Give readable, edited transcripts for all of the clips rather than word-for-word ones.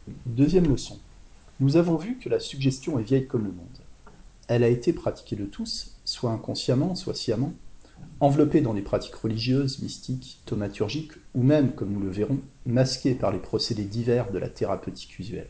Deuxième leçon. Nous avons vu que la suggestion est vieille comme le monde. Elle a été pratiquée de tous, soit inconsciemment, soit sciemment, enveloppée dans des pratiques religieuses, mystiques, thaumaturgiques, ou même, comme nous le verrons, masquée par les procédés divers de la thérapeutique usuelle.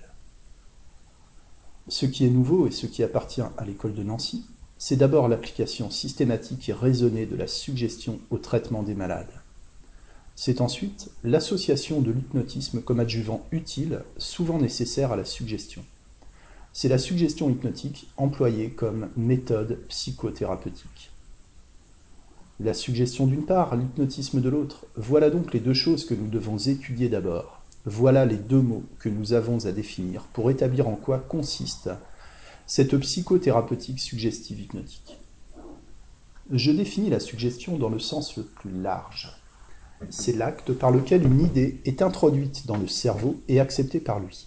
Ce qui est nouveau et ce qui appartient à l'école de Nancy, c'est d'abord l'application systématique et raisonnée de la suggestion au traitement des malades. C'est ensuite l'association de l'hypnotisme comme adjuvant utile, souvent nécessaire à la suggestion. C'est la suggestion hypnotique employée comme méthode psychothérapeutique. La suggestion d'une part, l'hypnotisme de l'autre, voilà donc les deux choses que nous devons étudier d'abord. Voilà les deux mots que nous avons à définir pour établir en quoi consiste cette psychothérapeutique suggestive hypnotique. Je définis la suggestion dans le sens le plus large. C'est l'acte par lequel une idée est introduite dans le cerveau et acceptée par lui.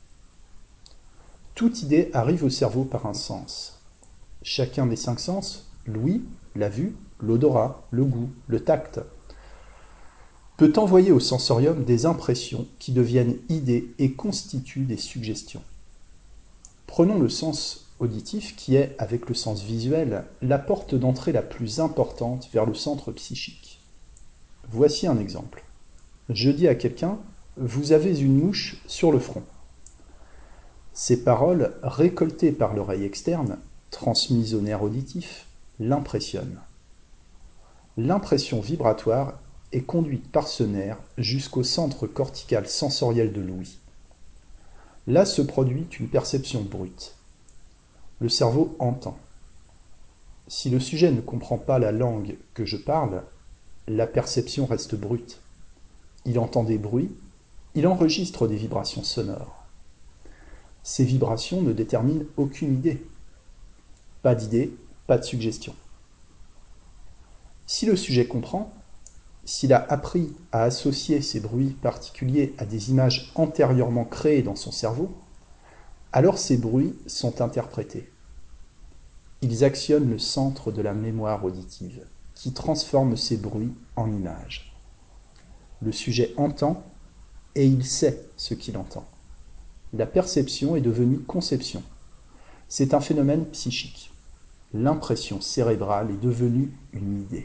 Toute idée arrive au cerveau par un sens. Chacun des 5 sens, l'ouïe, la vue, l'odorat, le goût, le tact, peut envoyer au sensorium des impressions qui deviennent idées et constituent des suggestions. Prenons le sens auditif qui est, avec le sens visuel, la porte d'entrée la plus importante vers le centre psychique. Voici un exemple. Je dis à quelqu'un « Vous avez une mouche sur le front ». Ces paroles, récoltées par l'oreille externe, transmises au nerf auditif, l'impressionnent. L'impression vibratoire est conduite par ce nerf jusqu'au centre cortical sensoriel de l'ouïe. Là se produit une perception brute. Le cerveau entend. Si le sujet ne comprend pas la langue que je parle, la perception reste brute. Il entend des bruits, il enregistre des vibrations sonores. Ces vibrations ne déterminent aucune idée. Pas d'idée, pas de suggestion. Si le sujet comprend, s'il a appris à associer ces bruits particuliers à des images antérieurement créées dans son cerveau, alors ces bruits sont interprétés. Ils actionnent le centre de la mémoire auditive, qui transforme ces bruits en images. Le sujet entend et il sait ce qu'il entend. La perception est devenue conception. C'est un phénomène psychique. L'impression cérébrale est devenue une idée.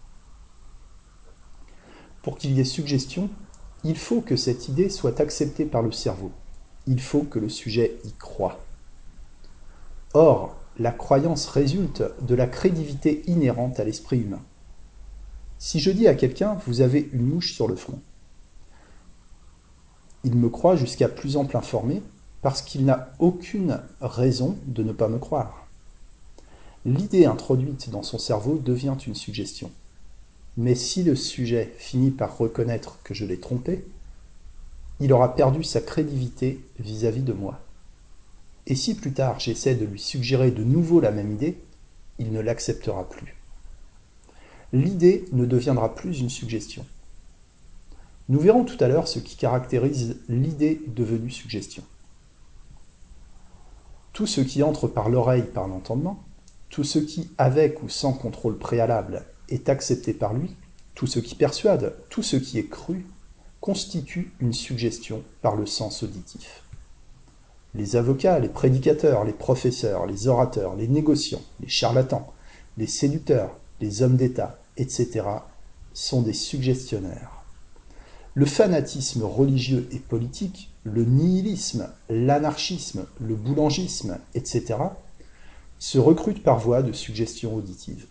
Pour qu'il y ait suggestion, il faut que cette idée soit acceptée par le cerveau. Il faut que le sujet y croie. Or, la croyance résulte de la crédibilité inhérente à l'esprit humain. Si je dis à quelqu'un « vous avez une mouche sur le front », il me croit jusqu'à plus ample informé parce qu'il n'a aucune raison de ne pas me croire. L'idée introduite dans son cerveau devient une suggestion. Mais si le sujet finit par reconnaître que je l'ai trompé, il aura perdu sa crédibilité vis-à-vis de moi. Et si plus tard j'essaie de lui suggérer de nouveau la même idée, il ne l'acceptera plus. L'idée ne deviendra plus une suggestion. Nous verrons tout à l'heure ce qui caractérise l'idée devenue suggestion. Tout ce qui entre par l'oreille par l'entendement, tout ce qui, avec ou sans contrôle préalable, est accepté par lui, tout ce qui persuade, tout ce qui est cru, constitue une suggestion par le sens auditif. Les avocats, les prédicateurs, les professeurs, les orateurs, les négociants, les charlatans, les séducteurs, les hommes d'État, etc. sont des suggestionnaires. Le fanatisme religieux et politique, le nihilisme, l'anarchisme, le boulangisme, etc. se recrutent par voie de suggestion auditive.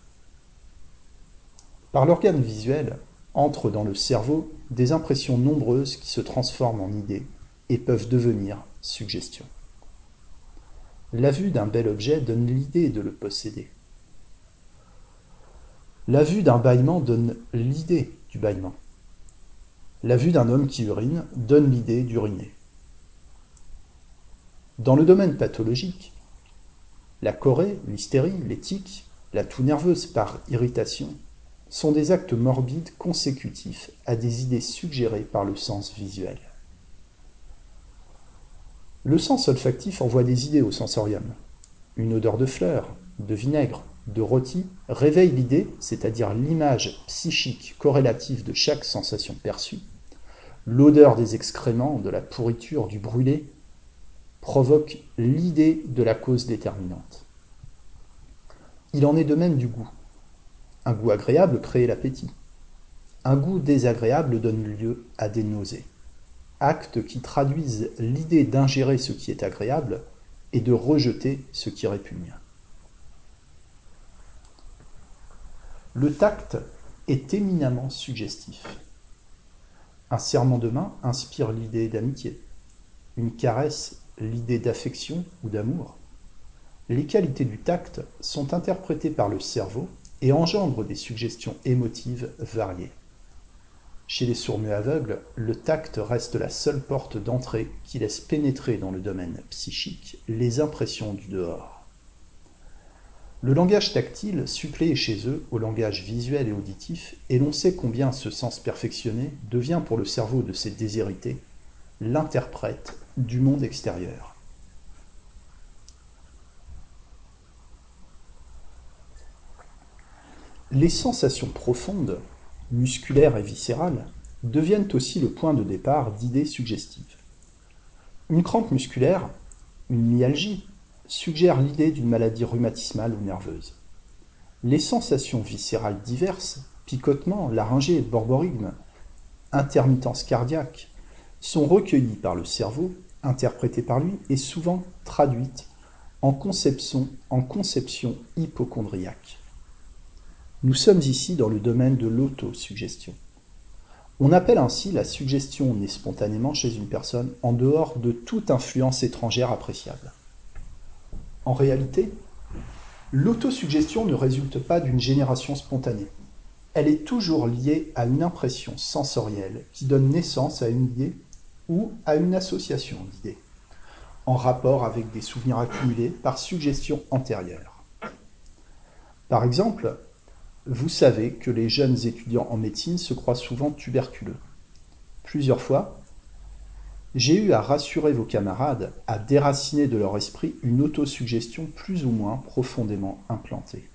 Par l'organe visuel, entrent dans le cerveau des impressions nombreuses qui se transforment en idées et peuvent devenir suggestions. La vue d'un bel objet donne l'idée de le posséder. La vue d'un bâillement donne l'idée du bâillement. La vue d'un homme qui urine donne l'idée d'uriner. Dans le domaine pathologique, la chorée, l'hystérie, les tics, la toux nerveuse par irritation sont des actes morbides consécutifs à des idées suggérées par le sens visuel. Le sens olfactif envoie des idées au sensorium. Une odeur de fleurs, de vinaigre, de rôti réveille l'idée, c'est-à-dire l'image psychique corrélative de chaque sensation perçue. L'odeur des excréments, de la pourriture, du brûlé provoque l'idée de la cause déterminante. Il en est de même du goût. Un goût agréable crée l'appétit. Un goût désagréable donne lieu à des nausées. Actes qui traduisent l'idée d'ingérer ce qui est agréable et de rejeter ce qui répugne. Le tact est éminemment suggestif. Un serrement de main inspire l'idée d'amitié. Une caresse, l'idée d'affection ou d'amour. Les qualités du tact sont interprétées par le cerveau et engendrent des suggestions émotives variées. Chez les sourds-muets aveugles, le tact reste la seule porte d'entrée qui laisse pénétrer dans le domaine psychique les impressions du dehors. Le langage tactile supplée chez eux au langage visuel et auditif, et l'on sait combien ce sens perfectionné devient pour le cerveau de ces déshérités l'interprète du monde extérieur. Les sensations profondes, musculaires et viscérales, deviennent aussi le point de départ d'idées suggestives. Une crampe musculaire, une myalgie, suggère l'idée d'une maladie rhumatismale ou nerveuse. Les sensations viscérales diverses, picotements, laryngées, borborygme, intermittence cardiaque, sont recueillies par le cerveau, interprétées par lui et souvent traduites en conception hypocondriaque. Nous sommes ici dans le domaine de l'autosuggestion. On appelle ainsi la suggestion née spontanément chez une personne en dehors de toute influence étrangère appréciable. En réalité, l'autosuggestion ne résulte pas d'une génération spontanée. Elle est toujours liée à une impression sensorielle qui donne naissance à une idée ou à une association d'idées, en rapport avec des souvenirs accumulés par suggestion antérieure. Par exemple, vous savez que les jeunes étudiants en médecine se croient souvent tuberculeux. Plusieurs fois, j'ai eu à rassurer vos camarades, à déraciner de leur esprit une autosuggestion plus ou moins profondément implantée.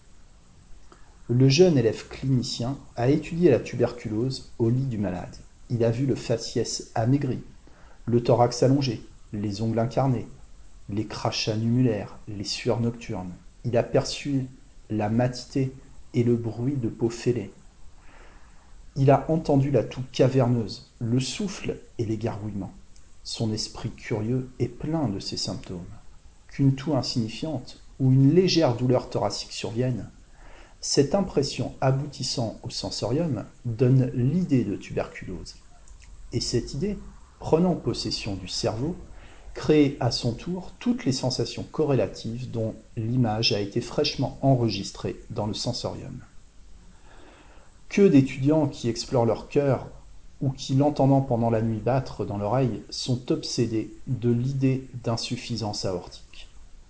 Le jeune élève clinicien a étudié la tuberculose au lit du malade. Il a vu le faciès amaigri, le thorax allongé, les ongles incarnés, les crachats numulaires, les sueurs nocturnes. Il a perçu la matité et le bruit de peau fêlée. Il a entendu la toux caverneuse, le souffle et les gargouillements. Son esprit curieux est plein de ces symptômes. Qu'une toux insignifiante ou une légère douleur thoracique survienne, cette impression aboutissant au sensorium donne l'idée de tuberculose. Et cette idée, prenant possession du cerveau, crée à son tour toutes les sensations corrélatives dont l'image a été fraîchement enregistrée dans le sensorium. Que d'étudiants qui explorent leur cœur ou qui, l'entendant pendant la nuit battre dans l'oreille, sont obsédés de l'idée d'insuffisance aortique.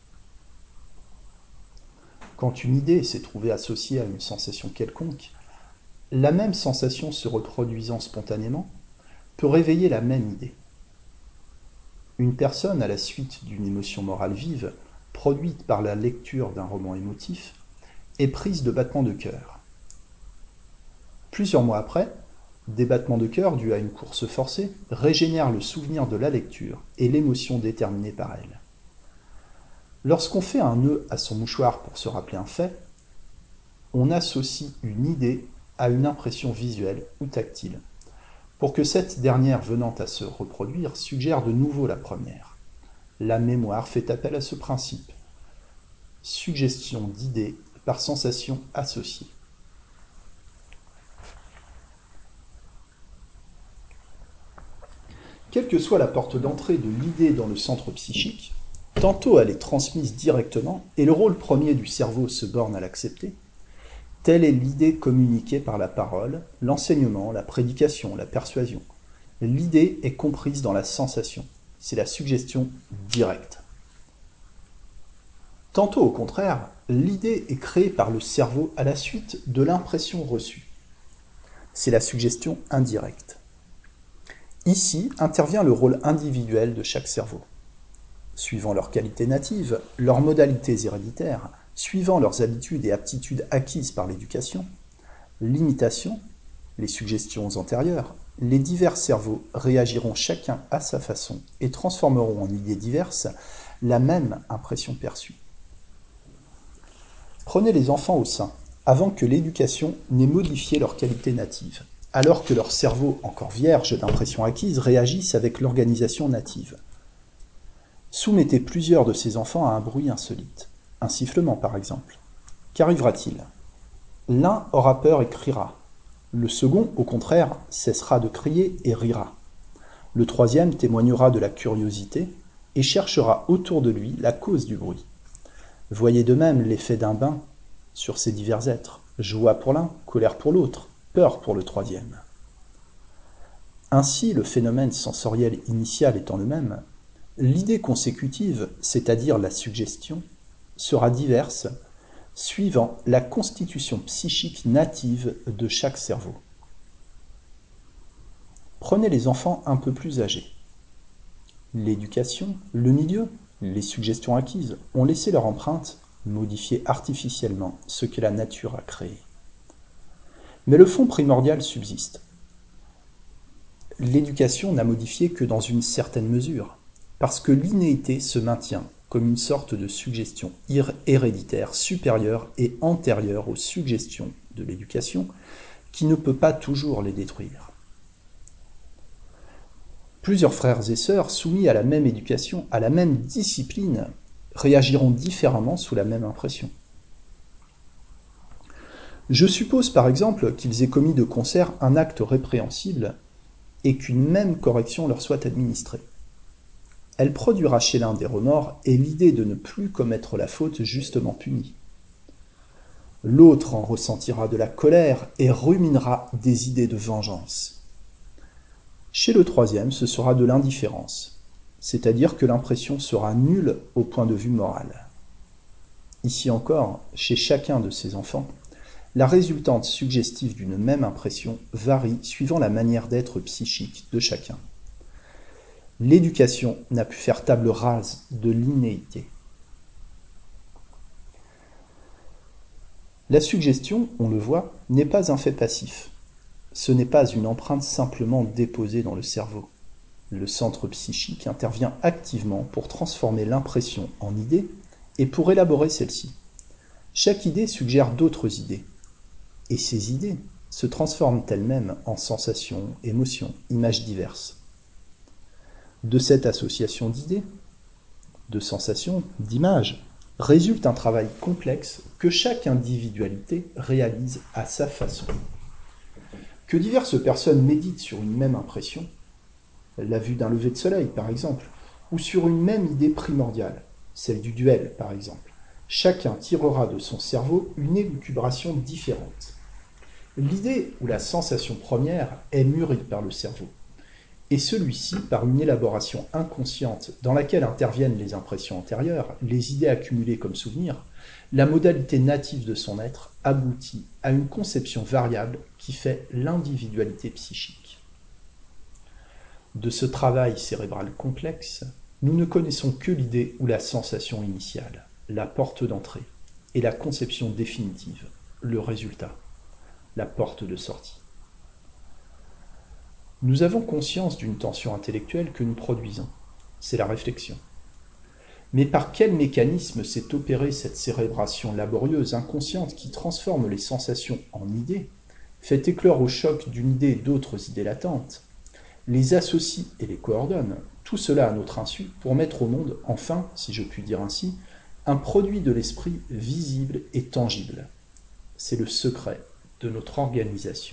Quand une idée s'est trouvée associée à une sensation quelconque, la même sensation se reproduisant spontanément peut réveiller la même idée. Une personne, à la suite d'une émotion morale vive, produite par la lecture d'un roman émotif, est prise de battements de cœur. Plusieurs mois après, des battements de cœur dus à une course forcée régénèrent le souvenir de la lecture et l'émotion déterminée par elle. Lorsqu'on fait un nœud à son mouchoir pour se rappeler un fait, on associe une idée à une impression visuelle ou tactile, pour que cette dernière venant à se reproduire suggère de nouveau la première. La mémoire fait appel à ce principe. Suggestion d'idée par sensation associée. Quelle que soit la porte d'entrée de l'idée dans le centre psychique, tantôt elle est transmise directement et le rôle premier du cerveau se borne à l'accepter. Telle est l'idée communiquée par la parole, l'enseignement, la prédication, la persuasion. L'idée est comprise dans la sensation. C'est la suggestion directe. Tantôt au contraire, l'idée est créée par le cerveau à la suite de l'impression reçue. C'est la suggestion indirecte. Ici intervient le rôle individuel de chaque cerveau. Suivant leurs qualités natives, leurs modalités héréditaires, suivant leurs habitudes et aptitudes acquises par l'éducation, l'imitation, les suggestions antérieures, les divers cerveaux réagiront chacun à sa façon et transformeront en idées diverses la même impression perçue. Prenez les enfants au sein, avant que l'éducation n'ait modifié leur qualité native, alors que leur cerveau, encore vierge d'impressions acquises, réagissent avec l'organisation native. Soumettez plusieurs de ces enfants à un bruit insolite, un sifflement par exemple. Qu'arrivera-t-il? L'un aura peur et criera. Le second, au contraire, cessera de crier et rira. Le troisième témoignera de la curiosité et cherchera autour de lui la cause du bruit. Voyez de même l'effet d'un bain sur ces divers êtres. Joie pour l'un, colère pour l'autre, peur pour le troisième. Ainsi, le phénomène sensoriel initial étant le même, l'idée consécutive, c'est-à-dire la suggestion, sera diverse suivant la constitution psychique native de chaque cerveau. Prenez les enfants un peu plus âgés. L'éducation, le milieu, les suggestions acquises ont laissé leur empreinte modifier artificiellement ce que la nature a créé. Mais le fond primordial subsiste. L'éducation n'a modifié que dans une certaine mesure, parce que l'innéité se maintient comme une sorte de suggestion héréditaire supérieure et antérieure aux suggestions de l'éducation, qui ne peut pas toujours les détruire. Plusieurs frères et sœurs soumis à la même éducation, à la même discipline, réagiront différemment sous la même impression. Je suppose par exemple qu'ils aient commis de concert un acte répréhensible et qu'une même correction leur soit administrée. Elle produira chez l'un des remords et l'idée de ne plus commettre la faute justement punie. L'autre en ressentira de la colère et ruminera des idées de vengeance. Chez le troisième, ce sera de l'indifférence, c'est-à-dire que l'impression sera nulle au point de vue moral. Ici encore, chez chacun de ces enfants, la résultante suggestive d'une même impression varie suivant la manière d'être psychique de chacun. L'éducation n'a pu faire table rase de l'innéité. La suggestion, on le voit, n'est pas un fait passif. Ce n'est pas une empreinte simplement déposée dans le cerveau. Le centre psychique intervient activement pour transformer l'impression en idée et pour élaborer celle-ci. Chaque idée suggère d'autres idées. Et ces idées se transforment elles-mêmes en sensations, émotions, images diverses. De cette association d'idées, de sensations, d'images, résulte un travail complexe que chaque individualité réalise à sa façon. Que diverses personnes méditent sur une même impression, la vue d'un lever de soleil par exemple, ou sur une même idée primordiale, celle du duel par exemple, chacun tirera de son cerveau une élucubration différente. L'idée ou la sensation première est mûrie par le cerveau, et celui-ci par une élaboration inconsciente dans laquelle interviennent les impressions antérieures, les idées accumulées comme souvenirs, la modalité native de son être aboutit à une conception variable qui fait l'individualité psychique. De ce travail cérébral complexe, nous ne connaissons que l'idée ou la sensation initiale, la porte d'entrée, et la conception définitive, le résultat, la porte de sortie. Nous avons conscience d'une tension intellectuelle que nous produisons, c'est la réflexion. Mais par quel mécanisme s'est opérée cette cérébration laborieuse, inconsciente, qui transforme les sensations en idées, fait éclore au choc d'une idée d'autres idées latentes, les associe et les coordonne, tout cela à notre insu, pour mettre au monde, enfin, si je puis dire ainsi, un produit de l'esprit visible et tangible. C'est le secret de notre organisation.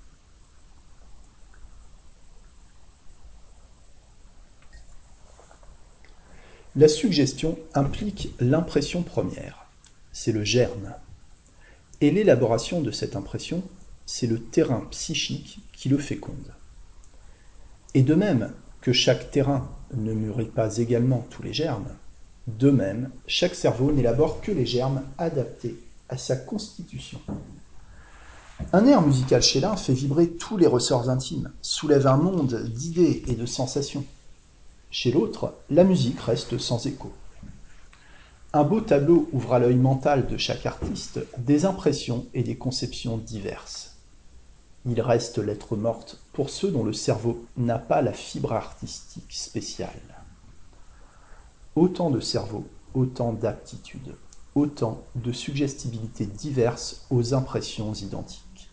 La suggestion implique l'impression première, c'est le germe. Et l'élaboration de cette impression, c'est le terrain psychique qui le féconde. Et de même que chaque terrain ne mûrit pas également tous les germes, de même, chaque cerveau n'élabore que les germes adaptés à sa constitution. Un air musical chez l'un fait vibrer tous les ressorts intimes, soulève un monde d'idées et de sensations. Chez l'autre, la musique reste sans écho. Un beau tableau ouvre à l'œil mental de chaque artiste des impressions et des conceptions diverses. Il reste lettre morte pour ceux dont le cerveau n'a pas la fibre artistique spéciale. Autant de cerveaux, autant d'aptitudes, autant de suggestibilités diverses aux impressions identiques.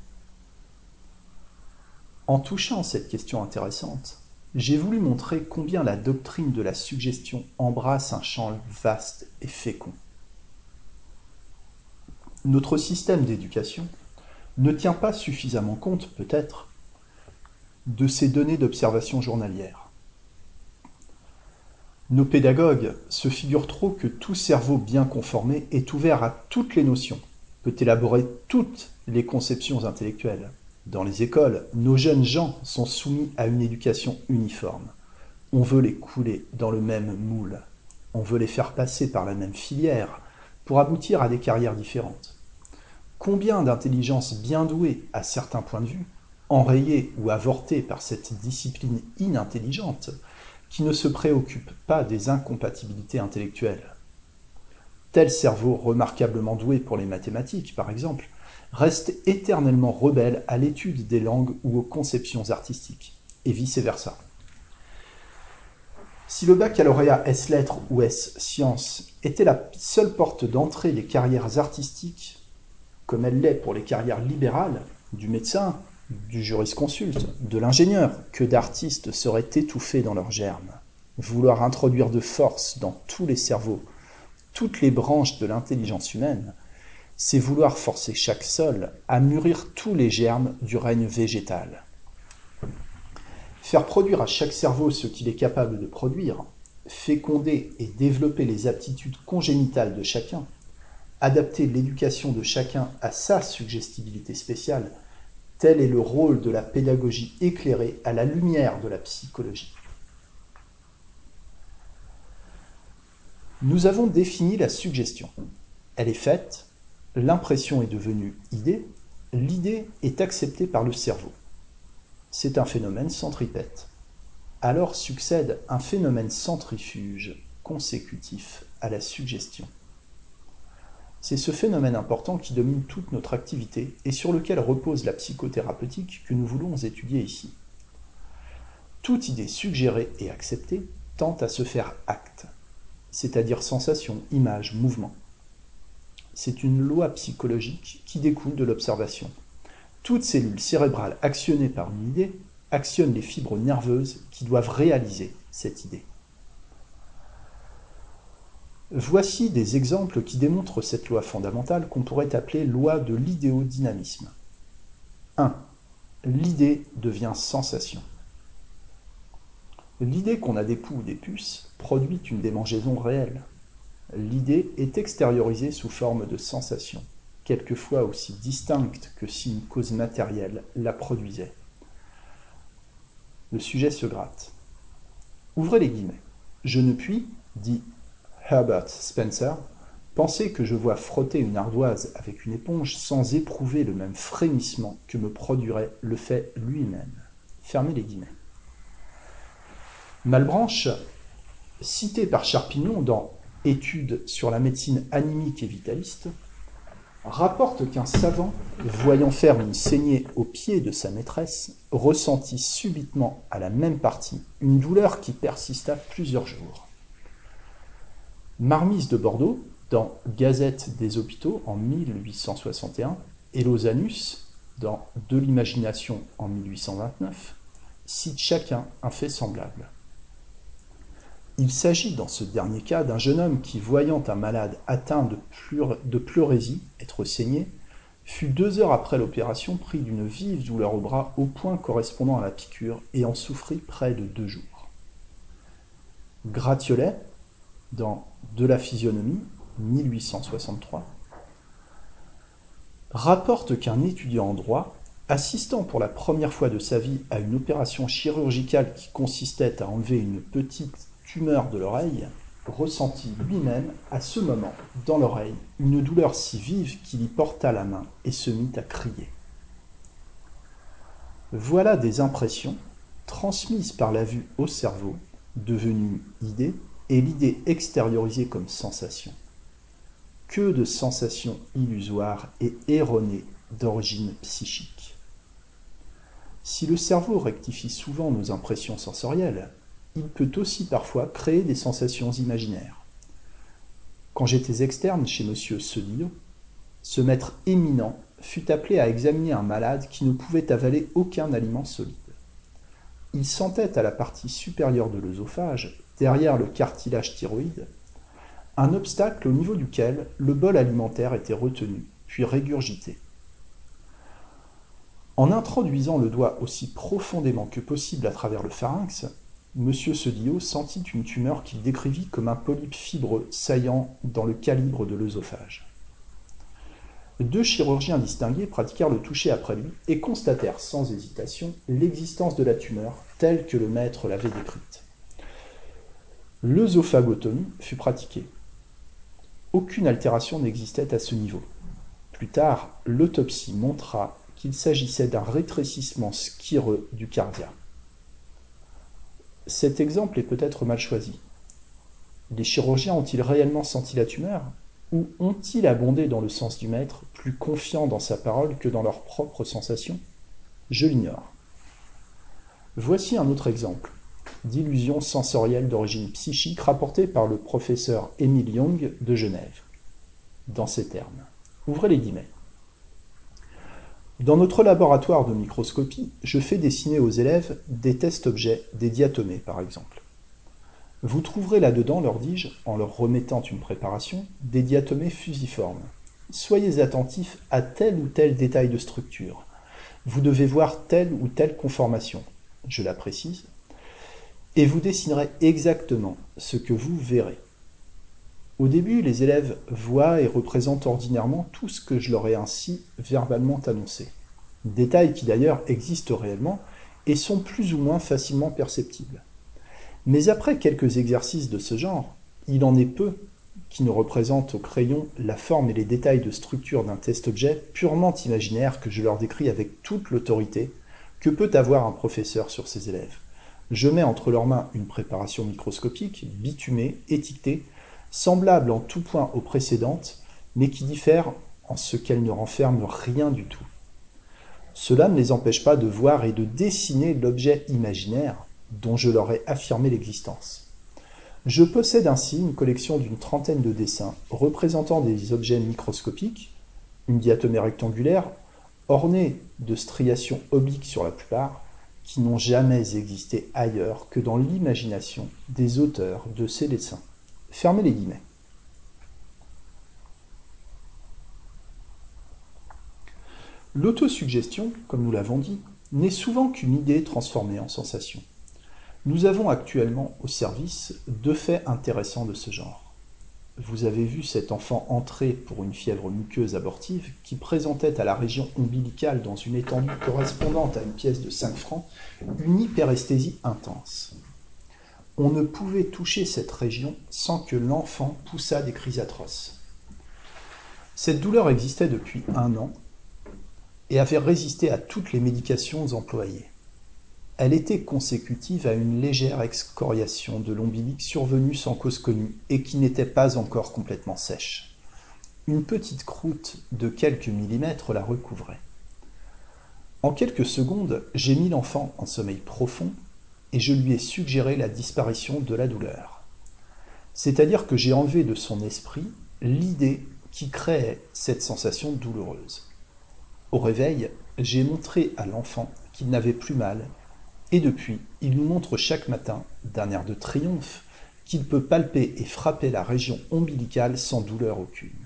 En touchant cette question intéressante, j'ai voulu montrer combien la doctrine de la suggestion embrasse un champ vaste et fécond. Notre système d'éducation ne tient pas suffisamment compte, peut-être, de ces données d'observation journalière. Nos pédagogues se figurent trop que tout cerveau bien conformé est ouvert à toutes les notions, peut élaborer toutes les conceptions intellectuelles. Dans les écoles, nos jeunes gens sont soumis à une éducation uniforme. On veut les couler dans le même moule. On veut les faire passer par la même filière pour aboutir à des carrières différentes. Combien d'intelligences bien douées à certains points de vue, enrayées ou avortées par cette discipline inintelligente, qui ne se préoccupe pas des incompatibilités intellectuelles. Tel cerveau remarquablement doué pour les mathématiques, par exemple, reste éternellement rebelle à l'étude des langues ou aux conceptions artistiques, et vice-versa. Si le baccalauréat S-lettres ou S-sciences était la seule porte d'entrée des carrières artistiques, comme elle l'est pour les carrières libérales, du médecin, du jurisconsulte, de l'ingénieur, que d'artistes seraient étouffés dans leurs germes. Vouloir introduire de force dans tous les cerveaux, toutes les branches de l'intelligence humaine, c'est vouloir forcer chaque sol à mûrir tous les germes du règne végétal. Faire produire à chaque cerveau ce qu'il est capable de produire, féconder et développer les aptitudes congénitales de chacun, adapter l'éducation de chacun à sa suggestibilité spéciale, tel est le rôle de la pédagogie éclairée à la lumière de la psychologie. Nous avons défini la suggestion. Elle est faite, l'impression est devenue idée, l'idée est acceptée par le cerveau. C'est un phénomène centripète. Alors succède un phénomène centrifuge consécutif à la suggestion. C'est ce phénomène important qui domine toute notre activité et sur lequel repose la psychothérapeutique que nous voulons étudier ici. Toute idée suggérée et acceptée tend à se faire acte, c'est-à-dire sensation, image, mouvement. C'est une loi psychologique qui découle de l'observation. Toute cellule cérébrale actionnée par une idée actionne les fibres nerveuses qui doivent réaliser cette idée. Voici des exemples qui démontrent cette loi fondamentale qu'on pourrait appeler loi de l'idéodynamisme. 1. L'idée devient sensation. L'idée qu'on a des poux ou des puces produit une démangeaison réelle. L'idée est extériorisée sous forme de sensation, quelquefois aussi distincte que si une cause matérielle la produisait. Le sujet se gratte. Ouvrez les guillemets. Je ne puis, dit Herbert Spencer, penser que je vois frotter une ardoise avec une éponge sans éprouver le même frémissement que me produirait le fait lui-même. Fermez les guillemets. Malebranche, cité par Charpignon dans Études sur la médecine animique et vitaliste, rapporte qu'un savant, voyant faire une saignée au pied de sa maîtresse, ressentit subitement à la même partie une douleur qui persista plusieurs jours. Marmise de Bordeaux, dans Gazette des hôpitaux en 1861, et Lausanus, dans De l'imagination en 1829, citent chacun un fait semblable. Il s'agit dans ce dernier cas d'un jeune homme qui, voyant un malade atteint de pleurésie être saigné, fut 2 heures après l'opération pris d'une vive douleur au bras au point correspondant à la piqûre et en souffrit près de 2 jours. Gratiolet, dans De la physionomie, 1863, rapporte qu'un étudiant en droit, assistant pour la première fois de sa vie à une opération chirurgicale qui consistait à enlever une petite tumeur de l'oreille, ressentit lui-même à ce moment dans l'oreille une douleur si vive qu'il y porta la main et se mit à crier. Voilà des impressions transmises par la vue au cerveau, devenues idées, et l'idée extériorisée comme sensation. Que de sensations illusoires et erronées d'origine psychique. Si le cerveau rectifie souvent nos impressions sensorielles, il peut aussi parfois créer des sensations imaginaires. Quand j'étais externe chez M. Sedillot, ce maître éminent fut appelé à examiner un malade qui ne pouvait avaler aucun aliment solide. Il sentait à la partie supérieure de l'œsophage, derrière le cartilage thyroïde, un obstacle au niveau duquel le bol alimentaire était retenu, puis régurgité. En introduisant le doigt aussi profondément que possible à travers le pharynx, M. Sedillot sentit une tumeur qu'il décrivit comme un polype fibreux saillant dans le calibre de l'œsophage. Deux chirurgiens distingués pratiquèrent le toucher après lui et constatèrent sans hésitation l'existence de la tumeur telle que le maître l'avait décrite. L'œsophagotomie fut pratiquée. Aucune altération n'existait à ce niveau. Plus tard, l'autopsie montra qu'il s'agissait d'un rétrécissement schireux du cardia. Cet exemple est peut-être mal choisi. Les chirurgiens ont-ils réellement senti la tumeur ? Ou ont-ils abondé dans le sens du maître, plus confiants dans sa parole que dans leurs propres sensations ? Je l'ignore. Voici un autre exemple d'illusion sensorielle d'origine psychique rapportée par le professeur Émile Young de Genève. Dans ces termes, ouvrez les guillemets. Dans notre laboratoire de microscopie, je fais dessiner aux élèves des tests-objets, des diatomées par exemple. Vous trouverez là-dedans, leur dis-je, en leur remettant une préparation, des diatomées fusiformes. Soyez attentifs à tel ou tel détail de structure. Vous devez voir telle ou telle conformation, je la précise, et vous dessinerez exactement ce que vous verrez. Au début, les élèves voient et représentent ordinairement tout ce que je leur ai ainsi verbalement annoncé. Détails qui d'ailleurs existent réellement et sont plus ou moins facilement perceptibles. Mais après quelques exercices de ce genre, il en est peu qui ne représentent au crayon la forme et les détails de structure d'un test-objet purement imaginaire que je leur décris avec toute l'autorité que peut avoir un professeur sur ses élèves. Je mets entre leurs mains une préparation microscopique, bitumée, étiquetée, semblable en tout point aux précédentes, mais qui diffère en ce qu'elle ne renferme rien du tout. Cela ne les empêche pas de voir et de dessiner l'objet imaginaire dont je leur ai affirmé l'existence. Je possède ainsi une collection d'une trentaine de dessins représentant des objets microscopiques, une diatomée rectangulaire, ornée de striations obliques sur la plupart, qui n'ont jamais existé ailleurs que dans l'imagination des auteurs de ces dessins. Fermez les guillemets. L'autosuggestion, comme nous l'avons dit, n'est souvent qu'une idée transformée en sensation. Nous avons actuellement au service deux faits intéressants de ce genre. Vous avez vu cet enfant entrer pour une fièvre muqueuse abortive qui présentait à la région ombilicale dans une étendue correspondante à une pièce de 5 francs une hyperesthésie intense. On ne pouvait toucher cette région sans que l'enfant poussât des cris atroces. Cette douleur existait depuis 1 an et avait résisté à toutes les médications employées. Elle était consécutive à une légère excoriation de l'ombilic survenue sans cause connue et qui n'était pas encore complètement sèche. Une petite croûte de quelques millimètres la recouvrait. En quelques secondes, j'ai mis l'enfant en sommeil profond et je lui ai suggéré la disparition de la douleur. C'est-à-dire que j'ai enlevé de son esprit l'idée qui créait cette sensation douloureuse. Au réveil, j'ai montré à l'enfant qu'il n'avait plus mal, et depuis, il nous montre chaque matin, d'un air de triomphe, qu'il peut palper et frapper la région ombilicale sans douleur aucune.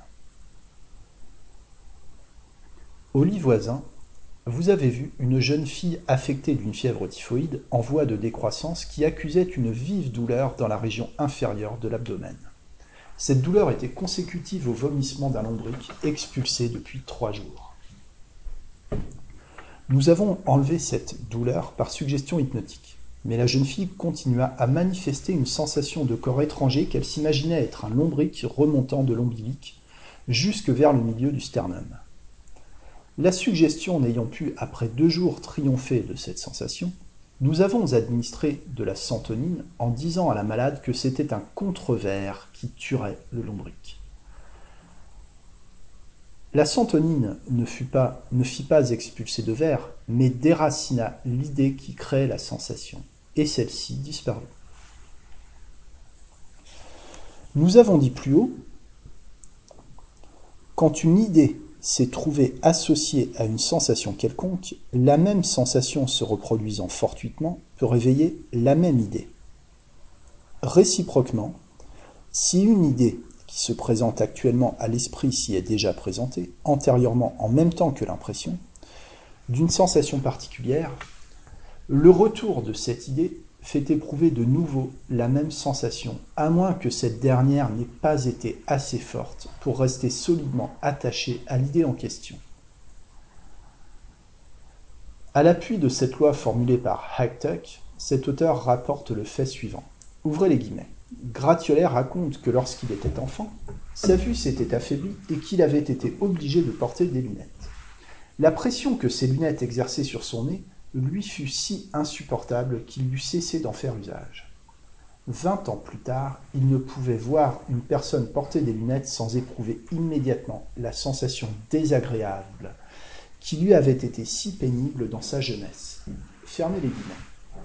Au lit voisin, vous avez vu une jeune fille affectée d'une fièvre typhoïde en voie de décroissance qui accusait une vive douleur dans la région inférieure de l'abdomen. Cette douleur était consécutive au vomissement d'un lombric expulsé depuis 3 jours. Nous avons enlevé cette douleur par suggestion hypnotique, mais la jeune fille continua à manifester une sensation de corps étranger qu'elle s'imaginait être un lombric remontant de l'ombilic jusque vers le milieu du sternum. La suggestion n'ayant pu, après 2 jours, triompher de cette sensation, nous avons administré de la santonine en disant à la malade que c'était un contrevers qui tuerait le lombric. La santonine ne fit pas expulser de verre, mais déracina l'idée qui crée la sensation, et celle-ci disparut. Nous avons dit plus haut, quand une idée s'est trouvée associée à une sensation quelconque, la même sensation se reproduisant fortuitement peut réveiller la même idée. Réciproquement, si une idée qui se présente actuellement à l'esprit s'y est déjà présentée, antérieurement en même temps que l'impression, d'une sensation particulière, le retour de cette idée fait éprouver de nouveau la même sensation, à moins que cette dernière n'ait pas été assez forte pour rester solidement attachée à l'idée en question. À l'appui de cette loi formulée par Hacktuck, cet auteur rapporte le fait suivant. Ouvrez les guillemets. Gratiolet raconte que lorsqu'il était enfant, sa vue s'était affaiblie et qu'il avait été obligé de porter des lunettes. La pression que ces lunettes exerçaient sur son nez lui fut si insupportable qu'il eut cessé d'en faire usage. 20 ans plus tard, il ne pouvait voir une personne porter des lunettes sans éprouver immédiatement la sensation désagréable qui lui avait été si pénible dans sa jeunesse. Fermez les guillemets.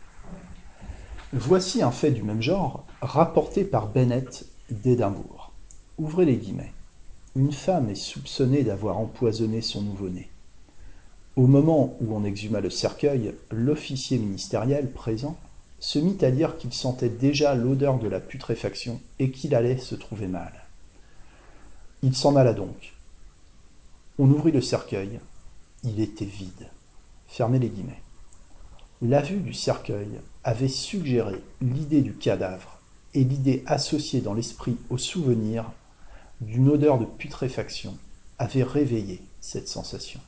Voici un fait du même genre, rapporté par Bennett d'Édimbourg. Ouvrez les guillemets. Une femme est soupçonnée d'avoir empoisonné son nouveau-né. Au moment où on exhuma le cercueil, l'officier ministériel présent se mit à dire qu'il sentait déjà l'odeur de la putréfaction et qu'il allait se trouver mal. Il s'en alla donc. On ouvrit le cercueil. Il était vide. Fermez les guillemets. La vue du cercueil avait suggéré l'idée du cadavre et l'idée associée dans l'esprit au souvenir d'une odeur de putréfaction avait réveillé cette sensation.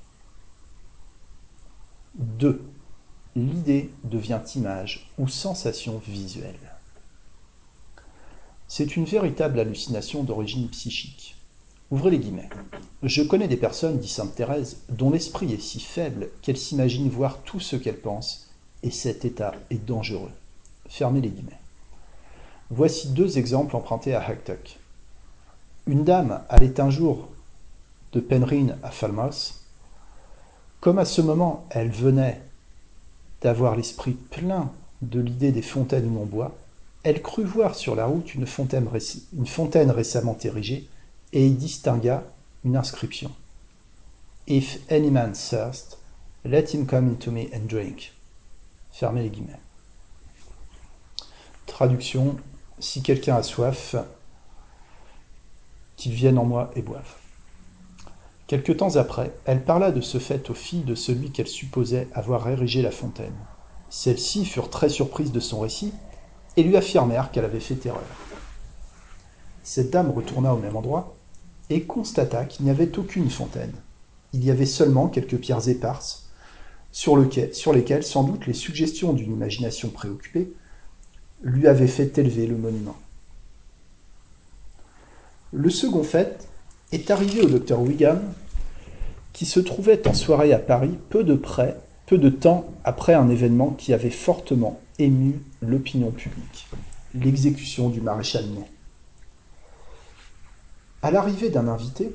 2. L'idée devient image ou sensation visuelle. C'est une véritable hallucination d'origine psychique. Ouvrez les guillemets. Je connais des personnes, dit sainte Thérèse, dont l'esprit est si faible qu'elles s'imaginent voir tout ce qu'elles pensent, et cet état est dangereux. Fermez les guillemets. Voici 2 exemples empruntés à Hacktuck. Une dame allait un jour de Penryn à Falmouth. Comme à ce moment, elle venait d'avoir l'esprit plein de l'idée des fontaines où l'on boit, elle crut voir sur la route une fontaine récemment érigée et y distingua une inscription. If any man thirst, let him come into me and drink. Fermez les guillemets. Traduction, si quelqu'un a soif, qu'il vienne en moi et boive. Quelque temps après, elle parla de ce fait aux filles de celui qu'elle supposait avoir érigé la fontaine. Celles-ci furent très surprises de son récit et lui affirmèrent qu'elle avait fait erreur. Cette dame retourna au même endroit et constata qu'il n'y avait aucune fontaine. Il y avait seulement quelques pierres éparses sur lesquelles, sans doute, les suggestions d'une imagination préoccupée lui avaient fait élever le monument. Le second fait est arrivé au docteur Wigham, qui se trouvait en soirée à Paris peu de temps après un événement qui avait fortement ému l'opinion publique, l'exécution du maréchal Ney. À l'arrivée d'un invité,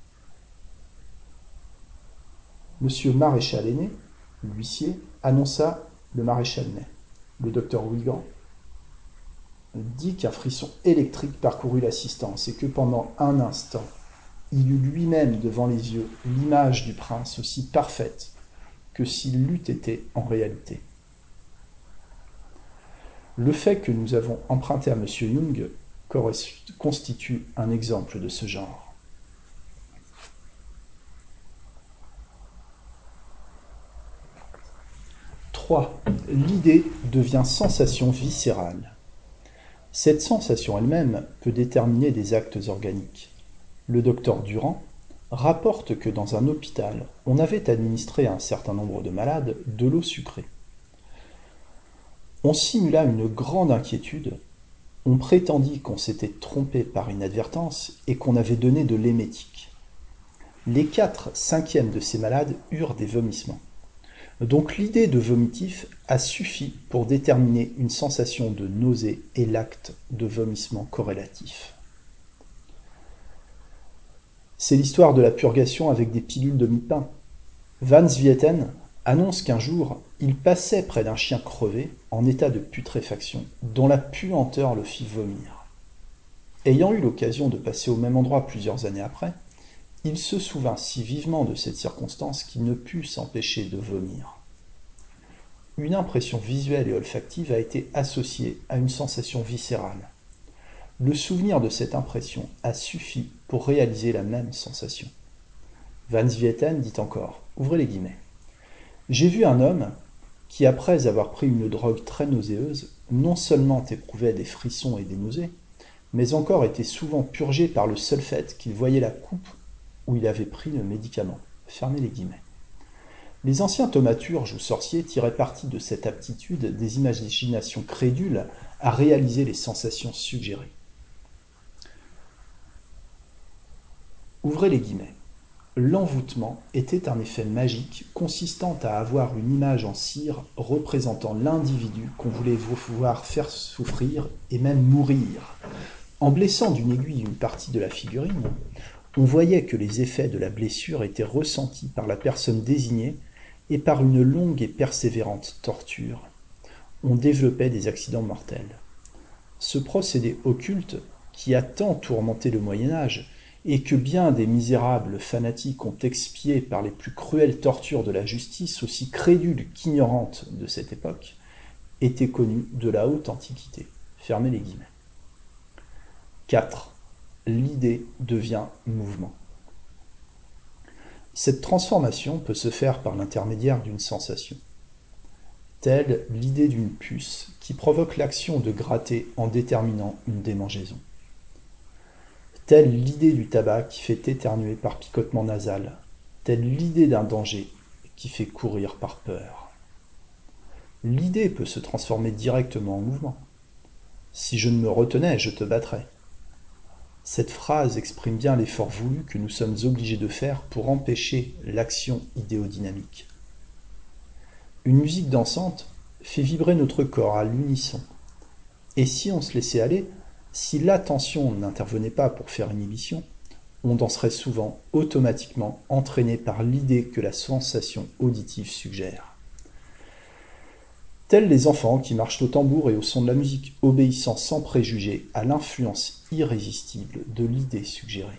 M. Maréchal Aîné, l'huissier, annonça le maréchal Ney. Le docteur Wigham dit qu'un frisson électrique parcourut l'assistance et que pendant un instant, il eut lui-même devant les yeux l'image du prince aussi parfaite que s'il l'eût été en réalité. Le fait que nous avons emprunté à M. Jung constitue un exemple de ce genre. « 3. L'idée devient sensation viscérale. Cette sensation elle-même peut déterminer des actes organiques. Le docteur Durand rapporte que dans un hôpital, on avait administré à un certain nombre de malades de l'eau sucrée. On simula une grande inquiétude, on prétendit qu'on s'était trompé par inadvertance et qu'on avait donné de l'émétique. Les 4/5 de ces malades eurent des vomissements. Donc l'idée de vomitif a suffi pour déterminer une sensation de nausée et l'acte de vomissement corrélatif. C'est l'histoire de la purgation avec des pilules de mi-pain. Van Swieten annonce qu'un jour, il passait près d'un chien crevé, en état de putréfaction, dont la puanteur le fit vomir. Ayant eu l'occasion de passer au même endroit plusieurs années après, il se souvint si vivement de cette circonstance qu'il ne put s'empêcher de vomir. Une impression visuelle et olfactive a été associée à une sensation viscérale. Le souvenir de cette impression a suffi pour réaliser la même sensation. Van Swieten dit encore, ouvrez les guillemets, « J'ai vu un homme qui, après avoir pris une drogue très nauséeuse, non seulement éprouvait des frissons et des nausées, mais encore était souvent purgé par le seul fait qu'il voyait la coupe où il avait pris le médicament. » Fermez les guillemets. Les anciens thaumaturges ou sorciers tiraient parti de cette aptitude des imaginations crédules à réaliser les sensations suggérées. Ouvrez les guillemets. L'envoûtement était un effet magique consistant à avoir une image en cire représentant l'individu qu'on voulait voir faire souffrir et même mourir. En blessant d'une aiguille une partie de la figurine, on voyait que les effets de la blessure étaient ressentis par la personne désignée et par une longue et persévérante torture, on développait des accidents mortels. Ce procédé occulte, qui a tant tourmenté le Moyen-Âge, et que bien des misérables fanatiques ont expié par les plus cruelles tortures de la justice, aussi crédule qu'ignorante de cette époque, était connu de la haute antiquité. Fermez les guillemets. 4. L'idée devient mouvement. Cette transformation peut se faire par l'intermédiaire d'une sensation, telle l'idée d'une puce qui provoque l'action de gratter en déterminant une démangeaison, telle l'idée du tabac qui fait éternuer par picotement nasal, telle l'idée d'un danger qui fait courir par peur. L'idée peut se transformer directement en mouvement. Si je ne me retenais, je te battrais. Cette phrase exprime bien l'effort voulu que nous sommes obligés de faire pour empêcher l'action idéodynamique. Une musique dansante fait vibrer notre corps à l'unisson. Et si on se laissait aller, si l'attention n'intervenait pas pour faire inhibition, on danserait souvent automatiquement entraîné par l'idée que la sensation auditive suggère. Tels les enfants qui marchent au tambour et au son de la musique, obéissant sans préjugés à l'influence irrésistible de l'idée suggérée.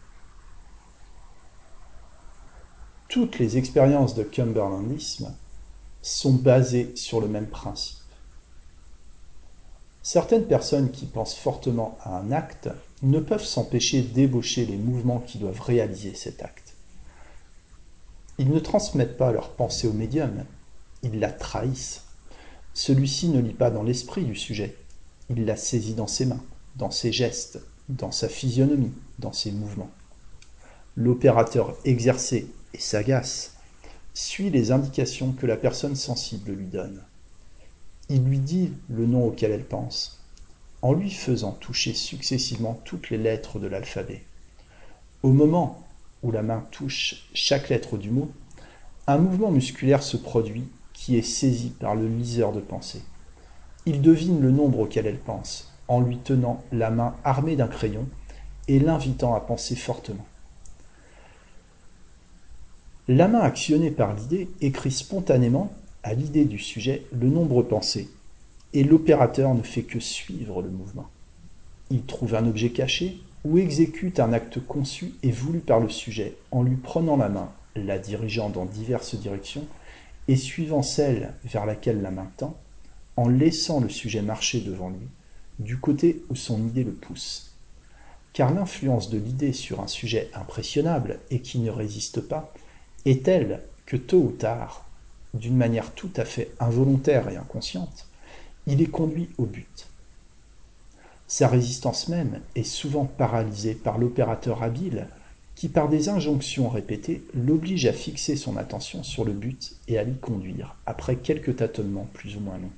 Toutes les expériences de cumberlandisme sont basées sur le même principe. Certaines personnes qui pensent fortement à un acte ne peuvent s'empêcher d'ébaucher les mouvements qui doivent réaliser cet acte. Ils ne transmettent pas leur pensée au médium, ils la trahissent. Celui-ci ne lit pas dans l'esprit du sujet, il la saisit dans ses mains, dans ses gestes, dans sa physionomie, dans ses mouvements. L'opérateur exercé et sagace suit les indications que la personne sensible lui donne. Il lui dit le nom auquel elle pense, en lui faisant toucher successivement toutes les lettres de l'alphabet. Au moment où la main touche chaque lettre du mot, un mouvement musculaire se produit qui est saisi par le liseur de pensée. Il devine le nombre auquel elle pense, en lui tenant la main armée d'un crayon et l'invitant à penser fortement. La main actionnée par l'idée écrit spontanément, à l'idée du sujet, le nombre pensé, et l'opérateur ne fait que suivre le mouvement. Il trouve un objet caché ou exécute un acte conçu et voulu par le sujet en lui prenant la main, la dirigeant dans diverses directions et suivant celle vers laquelle la main tend, en laissant le sujet marcher devant lui, du côté où son idée le pousse. Car l'influence de l'idée sur un sujet impressionnable et qui ne résiste pas est telle que tôt ou tard, d'une manière tout à fait involontaire et inconsciente, il est conduit au but. Sa résistance même est souvent paralysée par l'opérateur habile qui, par des injonctions répétées, l'oblige à fixer son attention sur le but et à l'y conduire, après quelques tâtonnements plus ou moins longs.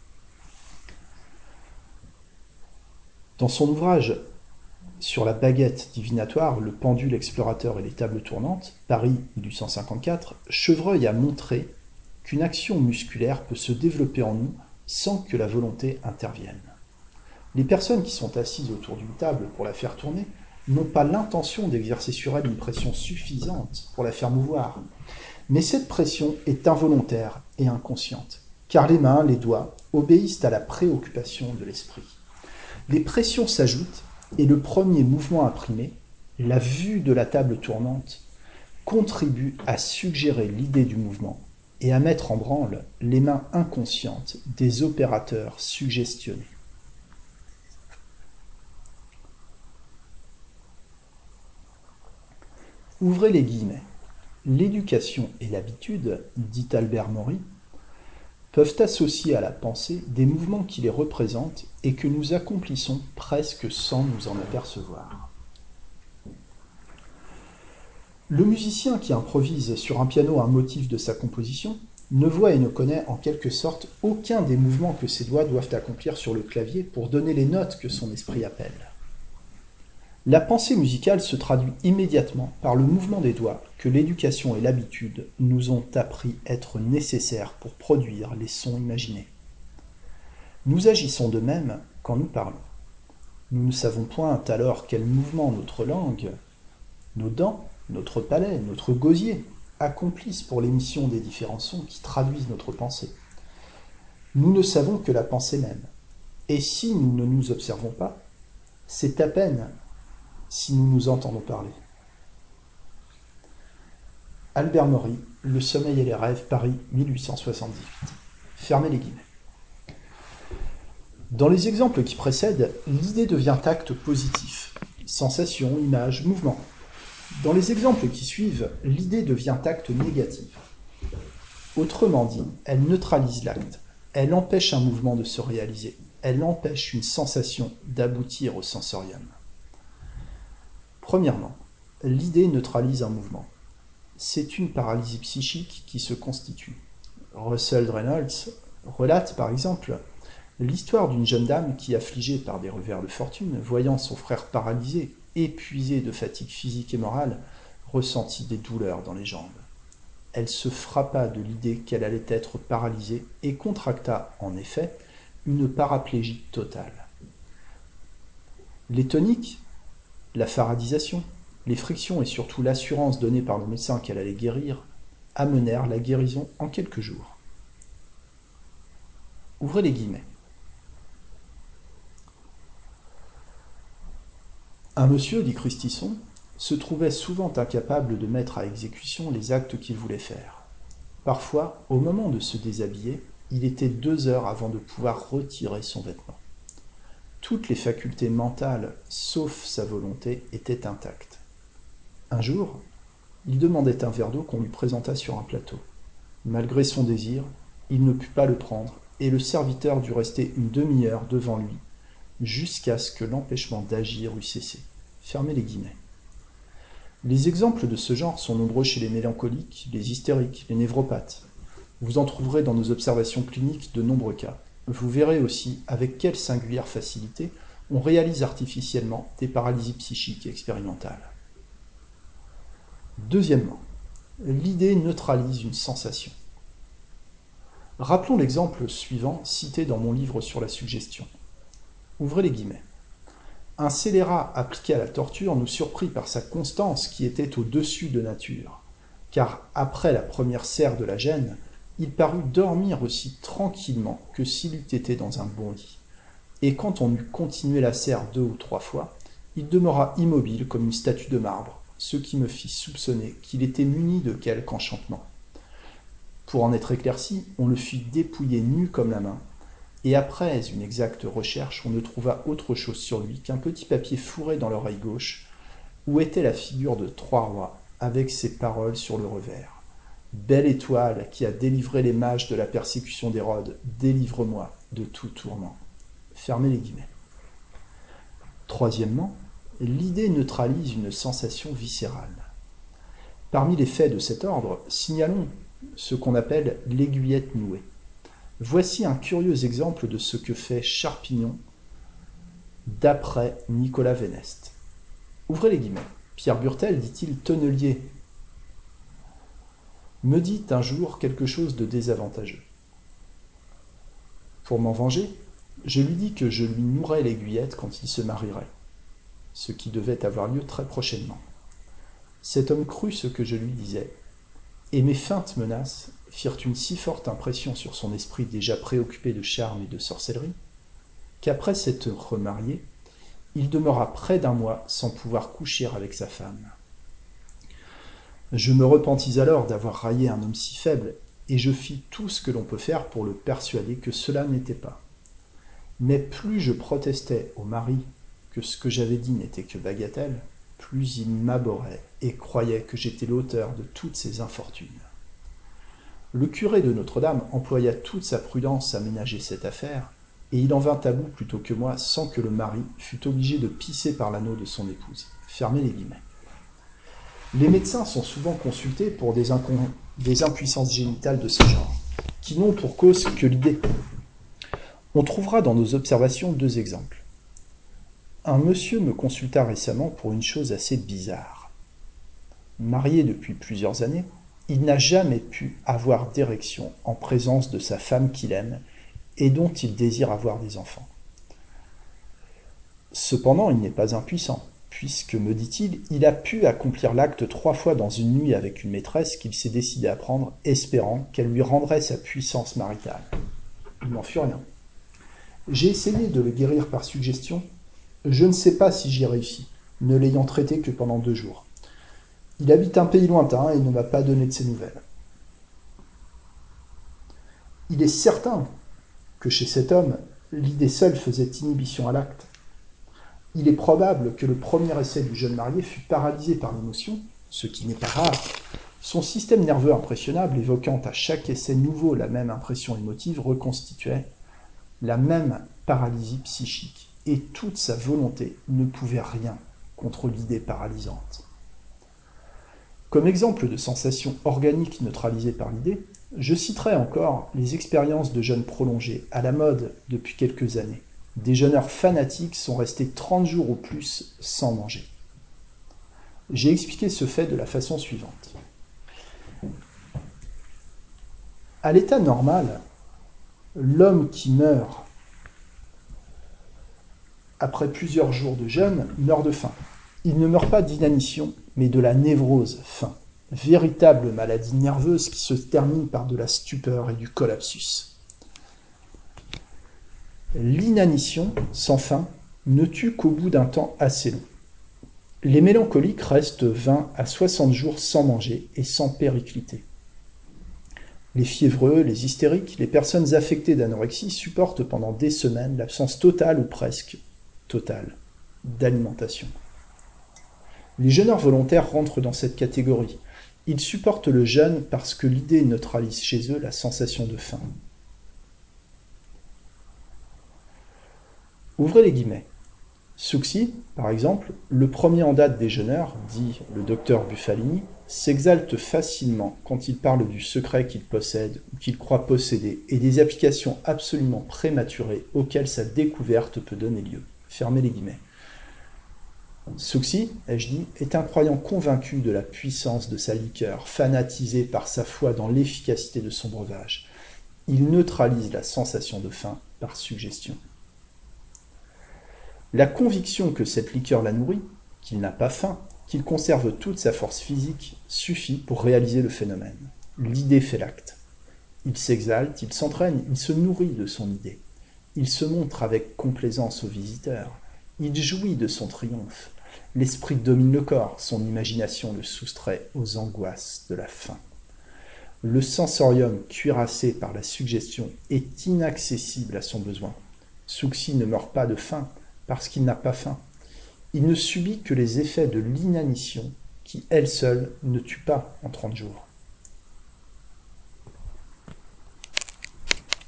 Dans son ouvrage sur la baguette divinatoire, le pendule explorateur et les tables tournantes, Paris 1854, Chevreuil a montré qu'une action musculaire peut se développer en nous sans que la volonté intervienne. Les personnes qui sont assises autour d'une table pour la faire tourner n'ont pas l'intention d'exercer sur elle une pression suffisante pour la faire mouvoir. Mais cette pression est involontaire et inconsciente, car les mains, les doigts, obéissent à la préoccupation de l'esprit. Les pressions s'ajoutent et le premier mouvement imprimé, la vue de la table tournante, contribue à suggérer l'idée du mouvement et à mettre en branle les mains inconscientes des opérateurs suggestionnés. Ouvrez les guillemets. L'éducation et l'habitude, dit Albert Maury, peuvent associer à la pensée des mouvements qui les représentent et que nous accomplissons presque sans nous en apercevoir. Le musicien qui improvise sur un piano un motif de sa composition ne voit et ne connaît en quelque sorte aucun des mouvements que ses doigts doivent accomplir sur le clavier pour donner les notes que son esprit appelle. La pensée musicale se traduit immédiatement par le mouvement des doigts que l'éducation et l'habitude nous ont appris être nécessaires pour produire les sons imaginés. Nous agissons de même quand nous parlons. Nous ne savons point alors quel mouvement notre langue, nos dents, notre palais, notre gosier accomplissent pour l'émission des différents sons qui traduisent notre pensée. Nous ne savons que la pensée même. Et si nous ne nous observons pas, c'est à peine si nous nous entendons parler. Albert Maury, Le sommeil et les rêves, Paris 1878. Fermez les guillemets. Dans les exemples qui précèdent, l'idée devient acte positif. Sensation, image, mouvement. Dans les exemples qui suivent, l'idée devient acte négatif. Autrement dit, elle neutralise l'acte. Elle empêche un mouvement de se réaliser. Elle empêche une sensation d'aboutir au sensorium. Premièrement, l'idée neutralise un mouvement. C'est une paralysie psychique qui se constitue. Russell Reynolds relate par exemple l'histoire d'une jeune dame qui, affligée par des revers de fortune, voyant son frère paralysé, épuisé de fatigue physique et morale, ressentit des douleurs dans les jambes. Elle se frappa de l'idée qu'elle allait être paralysée et contracta, en effet, une paraplégie totale. Les toniques, la faradisation, les frictions et surtout l'assurance donnée par le médecin qu'elle allait guérir amenèrent la guérison en quelques jours. Ouvrez les guillemets. Un monsieur, dit Christisson, se trouvait souvent incapable de mettre à exécution les actes qu'il voulait faire. Parfois, au moment de se déshabiller, il était 2 heures avant de pouvoir retirer son vêtement. Toutes les facultés mentales, sauf sa volonté, étaient intactes. Un jour, il demandait un verre d'eau qu'on lui présenta sur un plateau. Malgré son désir, il ne put pas le prendre, et le serviteur dut rester une demi-heure devant lui, jusqu'à ce que l'empêchement d'agir eût cessé. Fermez les guillemets. Les exemples de ce genre sont nombreux chez les mélancoliques, les hystériques, les névropathes. Vous en trouverez dans nos observations cliniques de nombreux cas. Vous verrez aussi avec quelle singulière facilité on réalise artificiellement des paralysies psychiques expérimentales. Deuxièmement, l'idée neutralise une sensation. Rappelons l'exemple suivant cité dans mon livre sur la suggestion. Ouvrez les guillemets. Un scélérat appliqué à la torture nous surprit par sa constance qui était au-dessus de nature, car après la première serre de la gêne, il parut dormir aussi tranquillement que s'il eût été dans un bon lit. Et quand on eut continué la serre 2 ou 3 fois, il demeura immobile comme une statue de marbre, ce qui me fit soupçonner qu'il était muni de quelque enchantement. Pour en être éclairci, on le fit dépouiller nu comme la main, et après une exacte recherche, on ne trouva autre chose sur lui qu'un petit papier fourré dans l'oreille gauche, où était la figure de 3 rois, avec ces paroles sur le revers. Belle étoile qui a délivré les mages de la persécution d'Hérode, délivre-moi de tout tourment. Fermez les guillemets. Troisièmement, l'idée neutralise une sensation viscérale. Parmi les faits de cet ordre, signalons ce qu'on appelle l'aiguillette nouée. Voici un curieux exemple de ce que fait Charpignon d'après Nicolas Véneste. Ouvrez les guillemets. Pierre Burtel, dit-il, tonnelier, me dit un jour quelque chose de désavantageux. Pour m'en venger, je lui dis que je lui nouerais l'aiguillette quand il se marierait. ce qui devait avoir lieu très prochainement. Cet homme crut ce que je lui disais, et mes feintes menaces firent une si forte impression sur son esprit déjà préoccupé de charme et de sorcellerie, qu'après s'être remarié, il demeura près d'un mois sans pouvoir coucher avec sa femme. Je me repentis alors d'avoir raillé un homme si faible, et je fis tout ce que l'on peut faire pour le persuader que cela n'était pas. Mais plus je protestais au mari que ce que j'avais dit n'était que bagatelle, plus il m'abhorrait et croyait que j'étais l'auteur de toutes ces infortunes. Le curé de Notre-Dame employa toute sa prudence à ménager cette affaire, et il en vint à bout plutôt que moi sans que le mari fût obligé de pisser par l'anneau de son épouse. Fermez les guillemets. Les médecins sont souvent consultés pour des impuissances génitales de ce genre, qui n'ont pour cause que l'idée. On trouvera dans nos observations 2 exemples. Un monsieur me consulta récemment pour une chose assez bizarre. Marié depuis plusieurs années, il n'a jamais pu avoir d'érection en présence de sa femme qu'il aime et dont il désire avoir des enfants. Cependant, il n'est pas impuissant, puisque, me dit-il, il a pu accomplir l'acte 3 fois dans une nuit avec une maîtresse qu'il s'est décidé à prendre, espérant qu'elle lui rendrait sa puissance maritale. Il n'en fut rien. J'ai essayé de le guérir par suggestion. Je ne sais pas si j'y ai réussi, ne l'ayant traité que pendant 2 jours. Il habite un pays lointain et ne m'a pas donné de ses nouvelles. Il est certain que chez cet homme, l'idée seule faisait inhibition à l'acte. Il est probable que le premier essai du jeune marié fut paralysé par l'émotion, ce qui n'est pas rare. Son système nerveux impressionnable, évoquant à chaque essai nouveau la même impression émotive, reconstituait la même paralysie psychique, et toute sa volonté ne pouvait rien contre l'idée paralysante. Comme exemple de sensation organique neutralisée par l'idée, je citerai encore les expériences de jeûne prolongé, à la mode depuis quelques années. Des jeûneurs fanatiques sont restés 30 jours ou plus sans manger. J'ai expliqué ce fait de la façon suivante. À l'état normal, l'homme qui meurt après plusieurs jours de jeûne meurt de faim. Il ne meurt pas d'inanition, mais de la névrose faim, véritable maladie nerveuse qui se termine par de la stupeur et du collapsus. L'inanition, sans faim, ne tue qu'au bout d'un temps assez long. Les mélancoliques restent 20 à 60 jours sans manger et sans péricliter. Les fiévreux, les hystériques, les personnes affectées d'anorexie supportent pendant des semaines l'absence totale ou presque totale d'alimentation. Les jeûneurs volontaires rentrent dans cette catégorie. Ils supportent le jeûne parce que l'idée neutralise chez eux la sensation de faim. Ouvrez les guillemets. Souxy, par exemple, le premier en date des jeûneurs, dit le docteur Buffalini, s'exalte facilement quand il parle du secret qu'il possède ou qu'il croit posséder et des applications absolument prématurées auxquelles sa découverte peut donner lieu. Fermez les guillemets. Souxy, ai-je dit, est un croyant convaincu de la puissance de sa liqueur, fanatisé par sa foi dans l'efficacité de son breuvage. Il neutralise la sensation de faim par suggestion. La conviction que cette liqueur la nourrit, qu'il n'a pas faim, qu'il conserve toute sa force physique, suffit pour réaliser le phénomène. L'idée fait l'acte. Il s'exalte, il s'entraîne, il se nourrit de son idée. Il se montre avec complaisance aux visiteurs. Il jouit de son triomphe. L'esprit domine le corps, son imagination le soustrait aux angoisses de la faim. Le sensorium cuirassé par la suggestion est inaccessible à son besoin. Souxy ne meurt pas de faim parce qu'il n'a pas faim. Il ne subit que les effets de l'inanition qui, elle seule, ne tue pas en 30 jours.